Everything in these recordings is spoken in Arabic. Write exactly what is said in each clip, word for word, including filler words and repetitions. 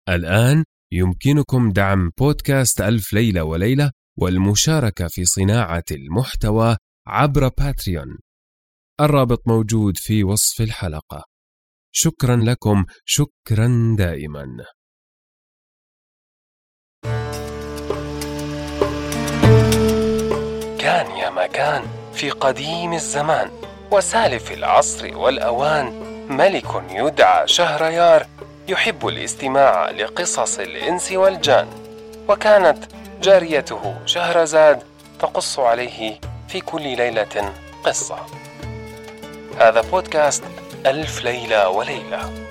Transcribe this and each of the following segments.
الآن يمكنكم دعم بودكاست ألف ليلة وليلة والمشاركة في صناعة المحتوى عبر باتريون. الرابط موجود في وصف الحلقة. شكرا لكم، شكرا دائما. كان يا مكان في قديم الزمان وسالف العصر والأوان ملك يدعى شهريار يحب الاستماع لقصص الإنس والجان، وكانت جاريته شهرزاد تقص عليه في كل ليلة قصة. هذا بودكاست ألف ليلة وليلة.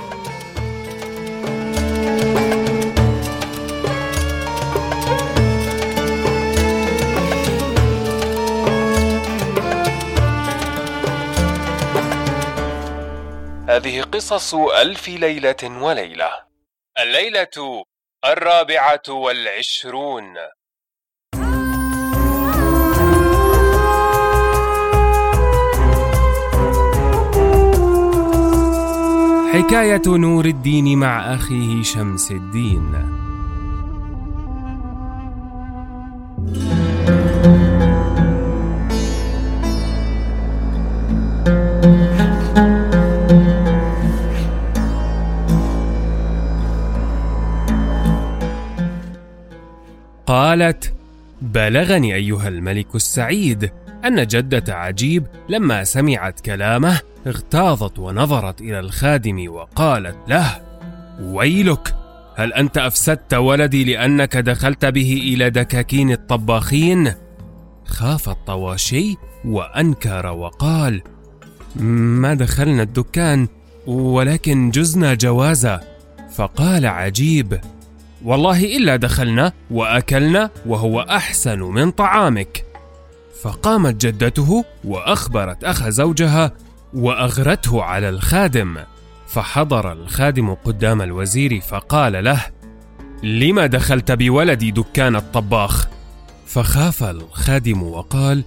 هذه قصص ألف ليلة وليلة. الليلة الرابعة والعشرون. حكاية نور الدين مع أخيه شمس الدين. قالت: بلغني أيها الملك السعيد أن جدة عجيب لما سمعت كلامه اغتاظت ونظرت إلى الخادم وقالت له: ويلك، هل أنت أفسدت ولدي لأنك دخلت به إلى دكاكين الطباخين؟ خاف الطواشي وأنكر وقال: ما دخلنا الدكان، ولكن جزنا جوازا. فقال عجيب: والله إلا دخلنا وأكلنا وهو أحسن من طعامك. فقامت جدته وأخبرت أخ زوجها وأغرته على الخادم، فحضر الخادم قدام الوزير فقال له: لما دخلت بولدي دكان الطباخ؟ فخاف الخادم وقال: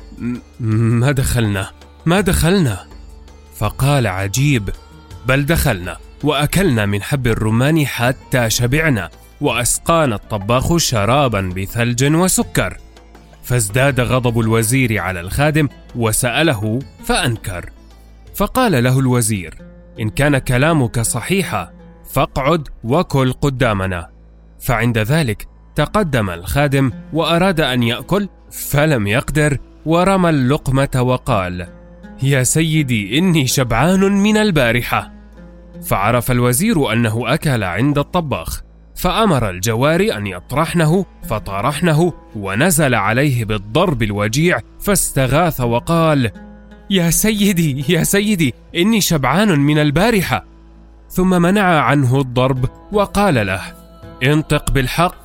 ما دخلنا ما دخلنا. فقال عجيب: بل دخلنا وأكلنا من حب الرمان حتى شبعنا، وأسقانا الطباخ شرابا بثلج وسكر. فازداد غضب الوزير على الخادم وسأله فأنكر. فقال له الوزير: إن كان كلامك صحيحا فاقعد وكل قدامنا. فعند ذلك تقدم الخادم وأراد أن يأكل فلم يقدر، ورمى اللقمة وقال: يا سيدي إني شبعان من البارحة. فعرف الوزير أنه أكل عند الطباخ، فأمر الجواري أن يطرحنه، فطرحنه ونزل عليه بالضرب الوجيع، فاستغاث وقال: يا سيدي يا سيدي إني شبعان من البارحة. ثم منع عنه الضرب وقال له: انطق بالحق.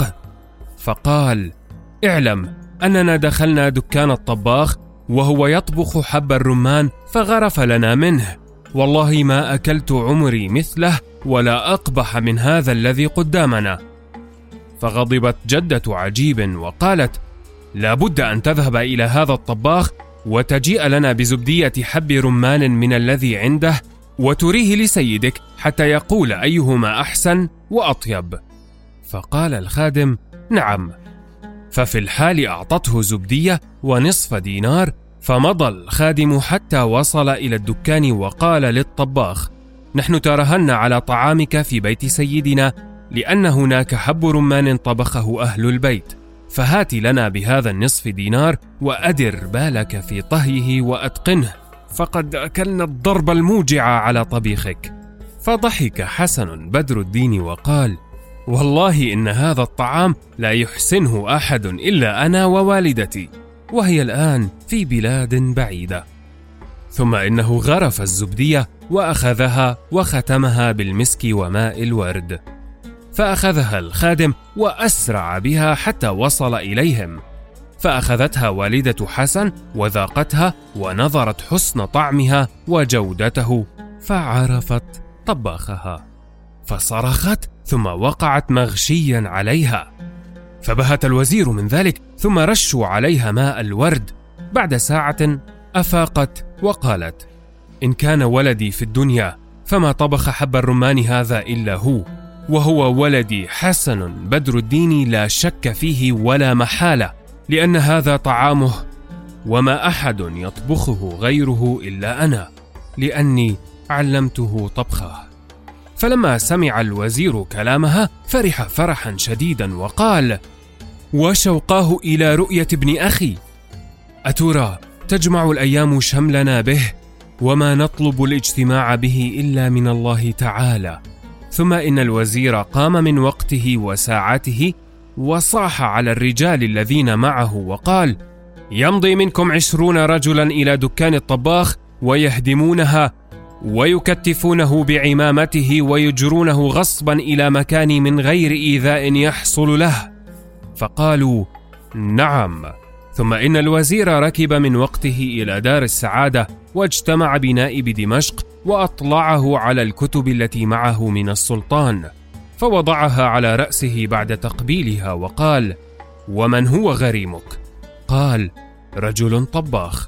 فقال: اعلم أننا دخلنا دكان الطباخ وهو يطبخ حب الرمان فغرف لنا منه، والله ما أكلت عمري مثله ولا أقبح من هذا الذي قدامنا. فغضبت جدة عجيب وقالت: لا بد أن تذهب إلى هذا الطباخ وتجيء لنا بزبدية حب رمان من الذي عنده وتريه لسيدك حتى يقول أيهما أحسن وأطيب. فقال الخادم: نعم. ففي الحال أعطته زبدية ونصف دينار، فمضى الخادم حتى وصل إلى الدكان وقال للطباخ: نحن ترهن على طعامك في بيت سيدنا لأن هناك حب رمان طبخه أهل البيت، فهات لنا بهذا النصف دينار وأدر بالك في طهيه وأتقنه، فقد أكلنا الضرب الموجع على طبيخك. فضحك حسن بدر الدين وقال: والله إن هذا الطعام لا يحسنه أحد إلا أنا ووالدتي، وهي الآن في بلاد بعيدة. ثم إنه غرف الزبدية وأخذها وختمها بالمسك وماء الورد، فأخذها الخادم وأسرع بها حتى وصل إليهم، فأخذتها والدة حسن وذاقتها ونظرت حسن طعمها وجودته، فعرفت طباخها، فصرخت ثم وقعت مغشيا عليها. فبهت الوزير من ذلك، ثم رشوا عليها ماء الورد. بعد ساعة أفاقت وقالت: إن كان ولدي في الدنيا فما طبخ حب الرمان هذا إلا هو، وهو ولدي حسن بدر الدين لا شك فيه ولا محالة، لأن هذا طعامه، وما أحد يطبخه غيره إلا أنا، لأني علمته طبخه. فلما سمع الوزير كلامها فرح فرحا شديدا وقال: وشوقاه إلى رؤية ابن أخي، أترى تجمع الأيام شملنا به، وما نطلب الاجتماع به إلا من الله تعالى. ثم إن الوزير قام من وقته وساعته وصاح على الرجال الذين معه وقال: يمضي منكم عشرون رجلا إلى دكان الطباخ ويهدمونها ويكتفونه بعمامته ويجرونه غصبا إلى مكاني من غير إيذاء يحصل له. فقالوا: نعم. ثم إن الوزير ركب من وقته إلى دار السعادة واجتمع بنائب دمشق وأطلعه على الكتب التي معه من السلطان، فوضعها على رأسه بعد تقبيلها وقال: ومن هو غريمك؟ قال: رجل طباخ.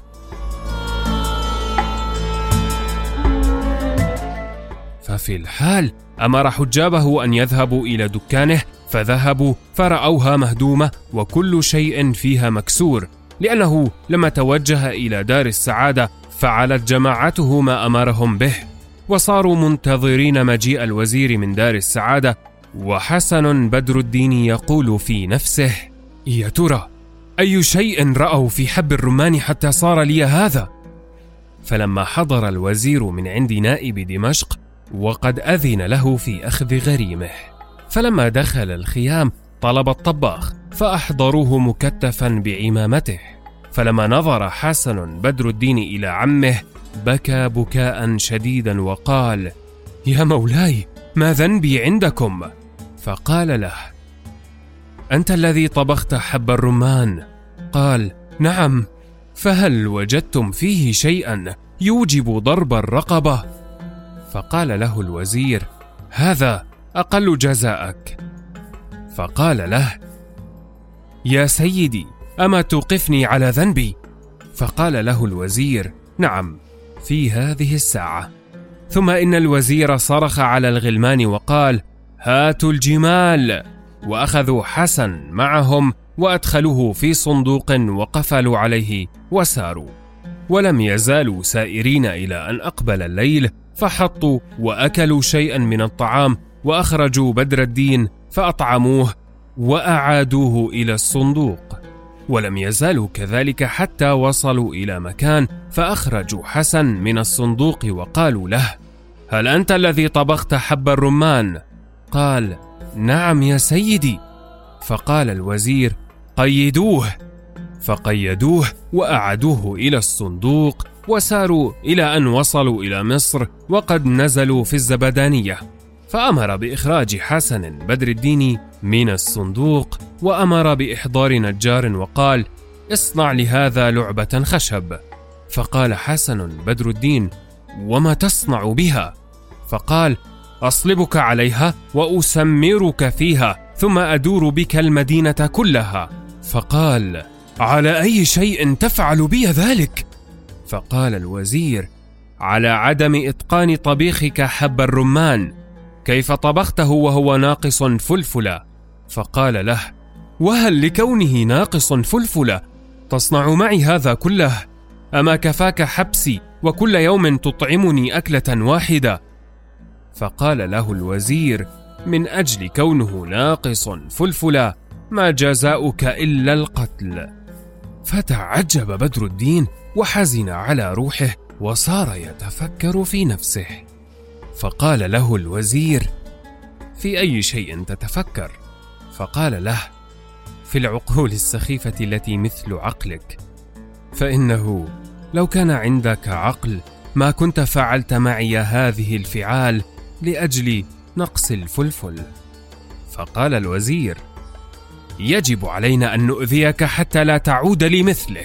ففي الحال أمر حجابه أن يذهبوا إلى دكانه، فذهبوا فرأوها مهدومة وكل شيء فيها مكسور، لأنه لما توجه إلى دار السعادة فعلت جماعته ما أمرهم به، وصاروا منتظرين مجيء الوزير من دار السعادة. وحسن بدر الدين يقول في نفسه: يا ترى أي شيء رأوا في حب الرمان حتى صار لي هذا؟ فلما حضر الوزير من عند نائب دمشق وقد أذن له في أخذ غريمه، فلما دخل الخيام طلب الطباخ فأحضروه مكتفا بعمامته. فلما نظر حسن بدر الدين إلى عمه بكى بكاء شديدا وقال: يا مولاي، ما ذنبي عندكم؟ فقال له: أنت الذي طبخت حب الرمان؟ قال: نعم. فهل وجدتم فيه شيئا يوجب ضرب الرقبة؟ فقال له الوزير: هذا أقل جزاءك. فقال له: يا سيدي، أما توقفني على ذنبي؟ فقال له الوزير: نعم، في هذه الساعة. ثم إن الوزير صرخ على الغلمان وقال: هاتوا الجمال. وأخذوا حسن معهم وأدخلوه في صندوق وقفلوا عليه وساروا، ولم يزالوا سائرين إلى أن أقبل الليل، فحطوا وأكلوا شيئا من الطعام وأخرجوا بدر الدين فأطعموه وأعادوه إلى الصندوق، ولم يزالوا كذلك حتى وصلوا إلى مكان فأخرجوا حسن من الصندوق وقالوا له: هل أنت الذي طبخت حب الرمان؟ قال: نعم يا سيدي. فقال الوزير: قيدوه. فقيدوه وأعادوه إلى الصندوق وساروا إلى أن وصلوا إلى مصر وقد نزلوا في الزبدانية، فأمر بإخراج حسن بدر الدين من الصندوق وأمر بإحضار نجار وقال: اصنع لهذا لعبة خشب. فقال حسن بدر الدين: وما تصنع بها؟ فقال: أصلبك عليها وأسمرك فيها ثم أدور بك المدينة كلها. فقال: على أي شيء تفعل بي ذلك؟ فقال الوزير: على عدم إتقان طبيخك حب الرمان، كيف طبخته وهو ناقص فلفلا؟ فقال له: وهل لكونه ناقص فلفلا تصنع معي هذا كله؟ أما كفاك حبسي وكل يوم تطعمني أكلة واحدة؟ فقال له الوزير: من أجل كونه ناقص فلفلا ما جزاؤك إلا القتل. فتعجب بدر الدين وحزن على روحه وصار يتفكر في نفسه. فقال له الوزير: في أي شيء تتفكر؟ فقال له: في العقول السخيفة التي مثل عقلك، فإنه لو كان عندك عقل ما كنت فعلت معي هذه الفعال لأجل نقص الفلفل. فقال الوزير: يجب علينا أن نؤذيك حتى لا تعود لمثله.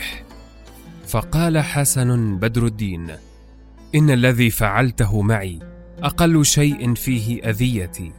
فقال حسن بدر الدين: إن الذي فعلته معي أقل شيء فيه أذيتي.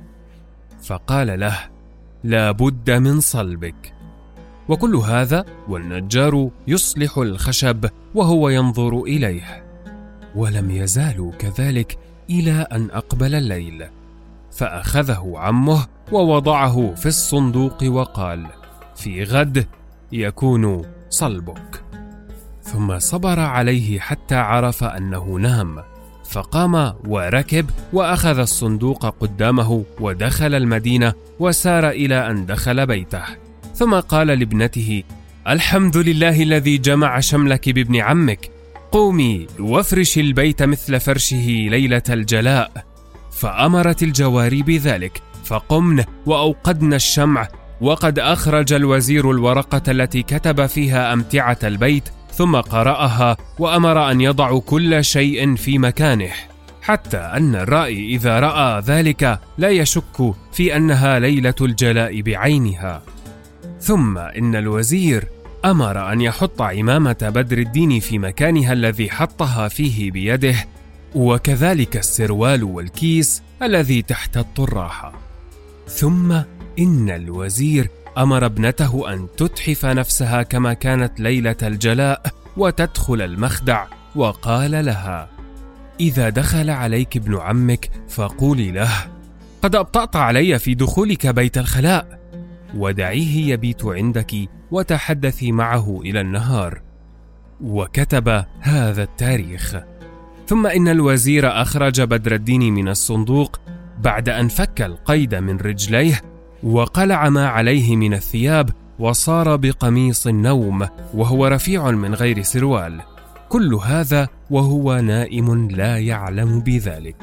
فقال له: لا بد من صلبك. وكل هذا والنجار يصلح الخشب وهو ينظر إليه. ولم يزالوا كذلك إلى أن أقبل الليل، فأخذه عمه ووضعه في الصندوق وقال: في غد يكون صلبك. ثم صبر عليه حتى عرف أنه نام، فقام وركب وأخذ الصندوق قدامه ودخل المدينة وسار إلى أن دخل بيته، ثم قال لابنته: الحمد لله الذي جمع شملك بابن عمك، قومي وافرشي البيت مثل فرشه ليلة الجلاء. فأمرت الجواري بذلك، فقمن وأوقدن الشمع، وقد أخرج الوزير الورقة التي كتب فيها أمتعة البيت، ثم قرأها وأمر أن يضعوا كل شيء في مكانه، حتى أن الرائي إذا رأى ذلك لا يشك في أنها ليلة الجلاء بعينها. ثم إن الوزير أمر أن يحط عمامة بدر الدين في مكانها الذي حطها فيه بيده، وكذلك السروال والكيس الذي تحت الطراحة. ثم إن الوزير أمر ابنته أن تتحف نفسها كما كانت ليلة الجلاء وتدخل المخدع، وقال لها: إذا دخل عليك ابن عمك فقولي له: قد أبطأت علي في دخولك بيت الخلاء، ودعيه يبيت عندك وتحدثي معه إلى النهار. وكتب هذا التاريخ. ثم إن الوزير أخرج بدر الدين من الصندوق بعد أن فك القيد من رجليه وقلع ما عليه من الثياب، وصار بقميص النوم وهو رفيع من غير سروال، كل هذا وهو نائم لا يعلم بذلك.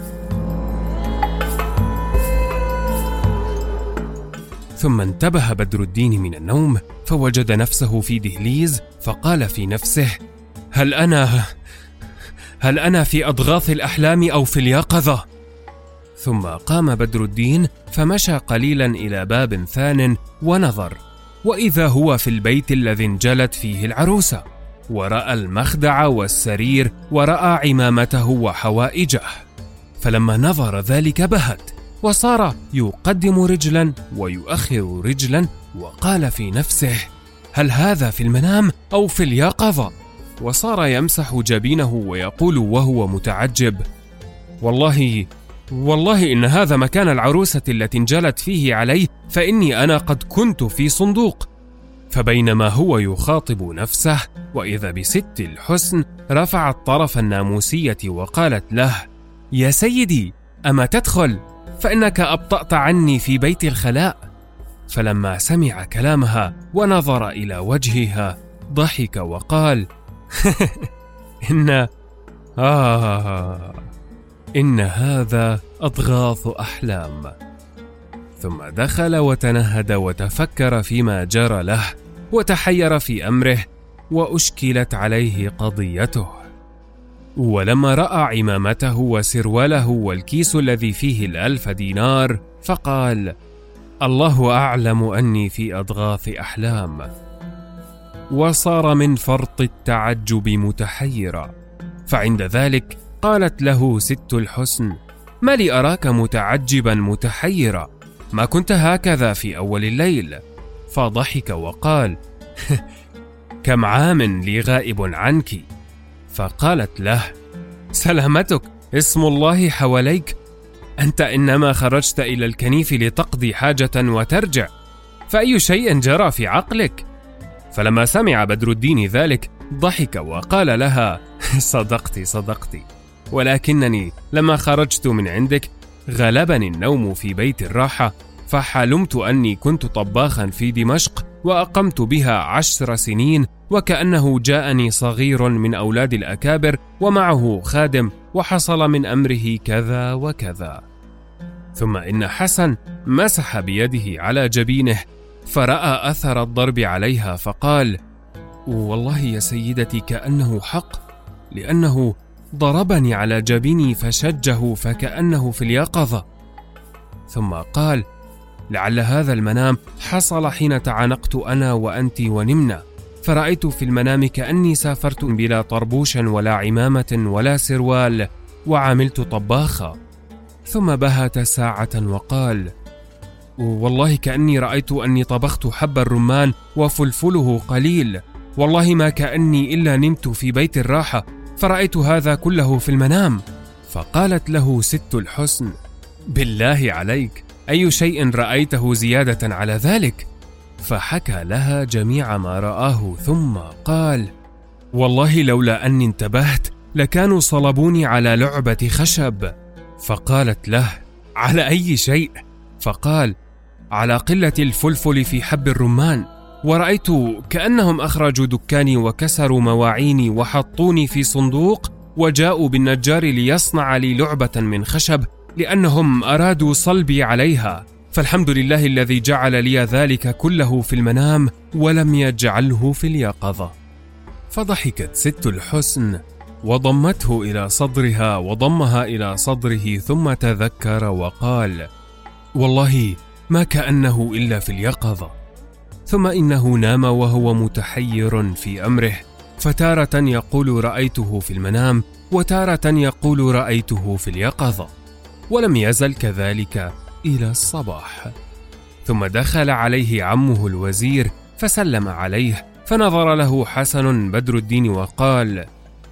ثم انتبه بدر الدين من النوم فوجد نفسه في دهليز، فقال في نفسه: هل أنا هل أنا في أضغاث الأحلام أو في اليقظة؟ ثم قام بدر الدين فمشى قليلا إلى باب ثان ونظر، وإذا هو في البيت الذي انجلت فيه العروسة، ورأى المخدع والسرير، ورأى عمامته وحوائجه. فلما نظر ذلك بهت، وصار يقدم رجلا ويؤخر رجلا، وقال في نفسه: هل هذا في المنام أو في اليقظة؟ وصار يمسح جبينه ويقول وهو متعجب: والله والله إن هذا مكان العروسة التي انجلت فيه علي، فإني أنا قد كنت في صندوق. فبينما هو يخاطب نفسه، وإذا بست الحسن رفعت طرف الناموسية وقالت له: يا سيدي، أما تدخل؟ فإنك أبطأت عني في بيت الخلاء. فلما سمع كلامها ونظر إلى وجهها ضحك وقال: إن آه إن هذا أضغاث أحلام. ثم دخل وتنهد وتفكر فيما جرى له، وتحير في أمره، وأشكلت عليه قضيته. ولما رأى عمامته وسرواله والكيس الذي فيه الألف دينار، فقال: الله أعلم أني في أضغاث أحلام. وصار من فرط التعجب متحيرا. فعند ذلك قالت له ست الحسن: ما لي أراك متعجبا متحيرا؟ ما كنت هكذا في أول الليل. فضحك وقال: كم عام لي غائب عنك. فقالت له: سلامتك، اسم الله حواليك، أنت إنما خرجت إلى الكنيف لتقضي حاجة وترجع، فأي شيء جرى في عقلك؟ فلما سمع بدر الدين ذلك ضحك وقال لها: صدقتي صدقتي، ولكنني لما خرجت من عندك غلبني النوم في بيت الراحة، فحلمت أني كنت طباخا في دمشق وأقمت بها عشر سنين، وكأنه جاءني صغير من أولاد الأكابر ومعه خادم، وحصل من أمره كذا وكذا. ثم إن حسن مسح بيده على جبينه فرأى أثر الضرب عليها، فقال: والله يا سيدتي كأنه حق، لأنه ضربني على جبيني فشجه فكأنه في اليقظة. ثم قال: لعل هذا المنام حصل حين تعانقت أنا وأنت ونمنا، فرأيت في المنام كأني سافرت بلا طربوش ولا عمامة ولا سروال، وعملت طباخا. ثم بهت ساعة وقال: والله كأني رأيت أني طبخت حب الرمان وفلفله قليل، والله ما كأني إلا نمت في بيت الراحة، فرأيت هذا كله في المنام. فقالت له ست الحسن: بالله عليك، أي شيء رأيته زيادة على ذلك؟ فحكى لها جميع ما رآه ثم قال: والله لولا أني انتبهت لكانوا صلبوني على لعبة خشب. فقالت له: على أي شيء؟ فقال: على قلة الفلفل في حب الرمان، ورأيت كأنهم أخرجوا دكاني وكسروا مواعيني وحطوني في صندوق وجاءوا بالنجار ليصنع لي لعبة من خشب لأنهم أرادوا صلبي عليها، فالحمد لله الذي جعل لي ذلك كله في المنام ولم يجعله في اليقظة. فضحكت ست الحسن وضمته إلى صدرها وضمها إلى صدره ثم تذكر وقال: والله ما كأنه إلا في اليقظة. ثم إنه نام وهو متحير في أمره، فتارة يقول رأيته في المنام وتارة يقول رأيته في اليقظة، ولم يزل كذلك إلى الصباح. ثم دخل عليه عمه الوزير فسلم عليه، فنظر له حسن بدر الدين وقال: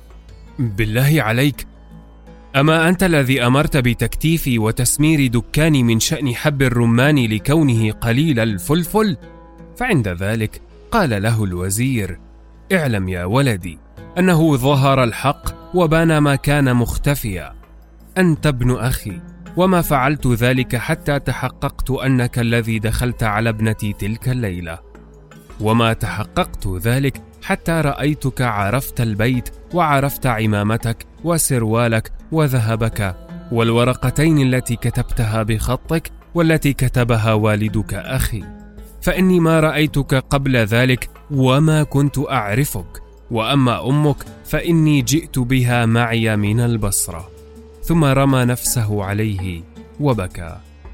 بالله عليك، أما أنت الذي أمرت بتكتيفي وتسمير دكاني من شأن حب الرمان لكونه قليل الفلفل؟ فعند ذلك قال له الوزير: اعلم يا ولدي أنه ظهر الحق وبان ما كان مختفيا، أنت ابن أخي، وما فعلت ذلك حتى تحققت أنك الذي دخلت على ابنتي تلك الليلة، وما تحققت ذلك حتى رأيتك عرفت البيت وعرفت عمامتك وسروالك وذهبك والورقتين التي كتبتها بخطك والتي كتبها والدك أخي، فإني ما رأيتك قبل ذلك وما كنت أعرفك، وأما أمك فإني جئت بها معي من البصرة. ثم رمى نفسه عليه وبكى.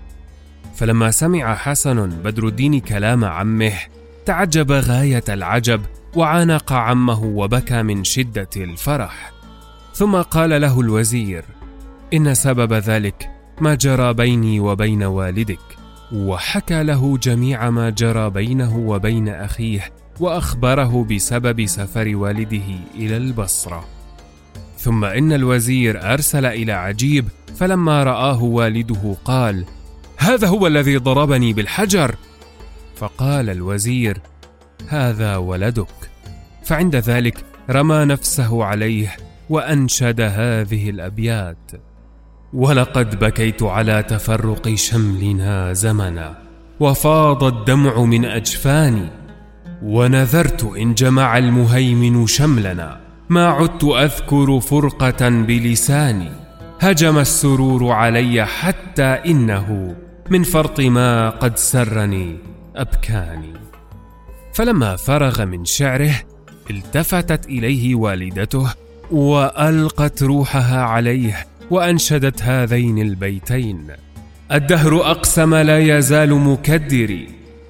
فلما سمع حسن بدر الدين كلام عمه تعجب غاية العجب وعانق عمه وبكى من شدة الفرح. ثم قال له الوزير: إن سبب ذلك ما جرى بيني وبين والدك، وحكى له جميع ما جرى بينه وبين أخيه، وأخبره بسبب سفر والده إلى البصرة. ثم إن الوزير أرسل إلى عجيب، فلما رآه والده قال: هذا هو الذي ضربني بالحجر. فقال الوزير: هذا ولدك. فعند ذلك رمى نفسه عليه وأنشد هذه الأبيات: ولقد بكيت على تفرق شملنا زمنا، وفاض الدمع من أجفاني، ونذرت إن جمع المهيمن شملنا، ما عدت أذكر فرقة بلساني، هجم السرور علي حتى إنه من فرط ما قد سرني أبكاني. فلما فرغ من شعره التفتت إليه والدته وألقت روحها عليه وأنشدت هذين البيتين: الدهر أقسم لا يزال مكدري،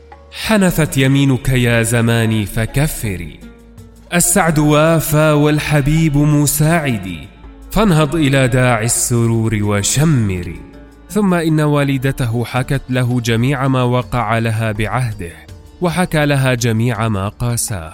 حنثت يمينك يا زماني فكفري، السعد وافى والحبيب مساعدي، فانهض إلى داعي السرور وشمري. ثم إن والدته حكت له جميع ما وقع لها بعهده، وحكى لها جميع ما قاساه،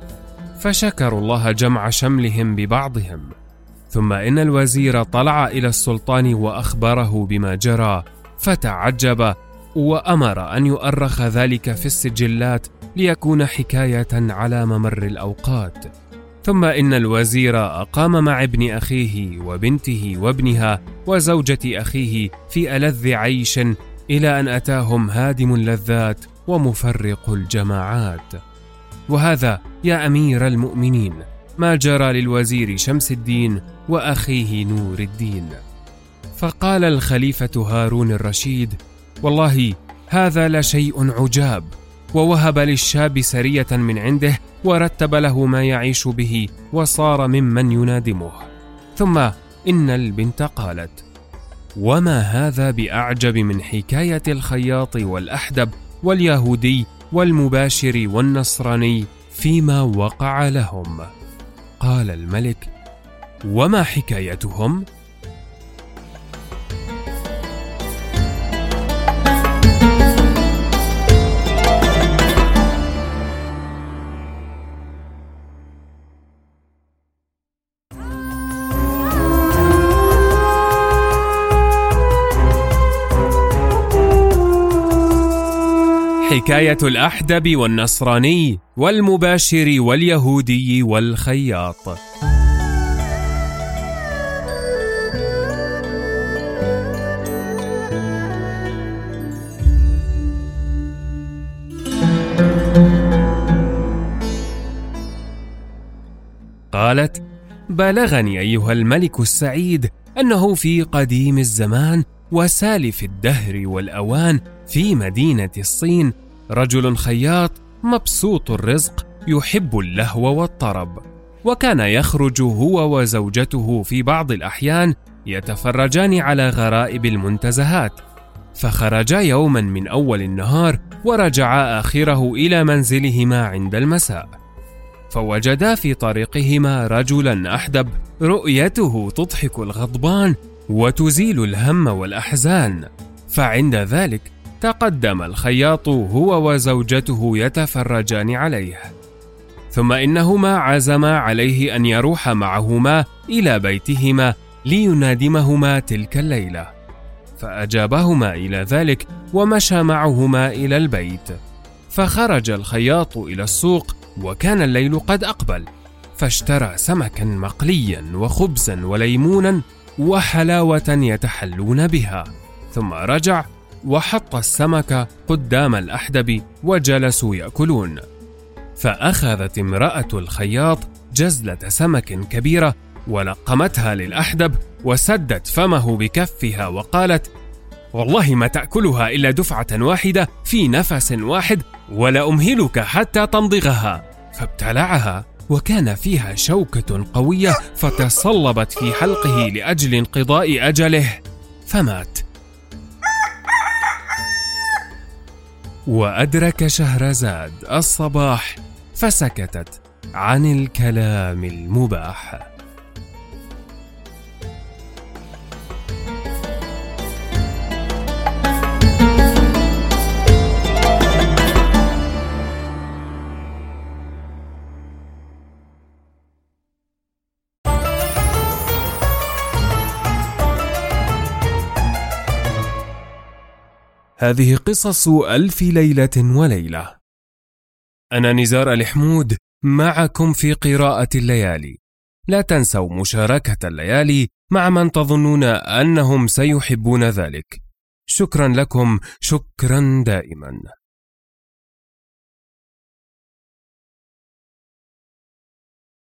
فشكروا الله جمع شملهم ببعضهم. ثم إن الوزير طلع إلى السلطان وأخبره بما جرى، فتعجب وأمر أن يؤرخ ذلك في السجلات ليكون حكاية على ممر الأوقات. ثم إن الوزير أقام مع ابن أخيه وبنته وابنها وزوجة أخيه في ألذ عيش إلى أن أتاهم هادم اللذات ومفرق الجماعات. وهذا يا أمير المؤمنين ما جرى للوزير شمس الدين وأخيه نور الدين. فقال الخليفة هارون الرشيد: والله هذا لشيء عجاب. ووهب للشاب سرية من عنده ورتب له ما يعيش به وصار ممن ينادمه. ثم إن البنت قالت: وما هذا بأعجب من حكاية الخياط والأحدب واليهودي والمباشر والنصراني فيما وقع لهم. قال الملك: وما حكايتهم؟ حكاية الأحدب والنصراني والمباشر واليهودي والخياط. قالت: بلغني أيها الملك السعيد أنه في قديم الزمان وسالف الدهر والأوان في مدينة الصين رجل خياط مبسوط الرزق يحب اللهو والطرب، وكان يخرج هو وزوجته في بعض الأحيان يتفرجان على غرائب المنتزهات، فخرجا يوما من أول النهار ورجعا آخره إلى منزلهما عند المساء، فوجدا في طريقهما رجلا أحدب رؤيته تضحك الغضبان وتزيل الهم والأحزان، فعند ذلك تقدم الخياط هو وزوجته يتفرجان عليه، ثم إنهما عزما عليه أن يروح معهما إلى بيتهما لينادمهما تلك الليلة، فأجابهما إلى ذلك ومشى معهما إلى البيت. فخرج الخياط إلى السوق وكان الليل قد أقبل، فاشترى سمكا مقليا وخبزا وليمونا وحلاوة يتحلون بها، ثم رجع وحط السمك قدام الأحدب وجلسوا يأكلون. فأخذت امرأة الخياط جزلة سمك كبيرة ولقمتها للأحدب وسدت فمه بكفها وقالت: والله ما تأكلها إلا دفعة واحدة في نفس واحد، ولا أمهلك حتى تمضغها. فابتلعها وكان فيها شوكة قوية فتصلبت في حلقه لأجل انقضاء أجله فمات. وأدرك شهرزاد الصباح فسكتت عن الكلام المباح. هذه قصص ألف ليلة وليلة. أنا نزار الحمود معكم في قراءة الليالي. لا تنسوا مشاركة الليالي مع من تظنون أنهم سيحبون ذلك. شكرا لكم، شكرا دائما.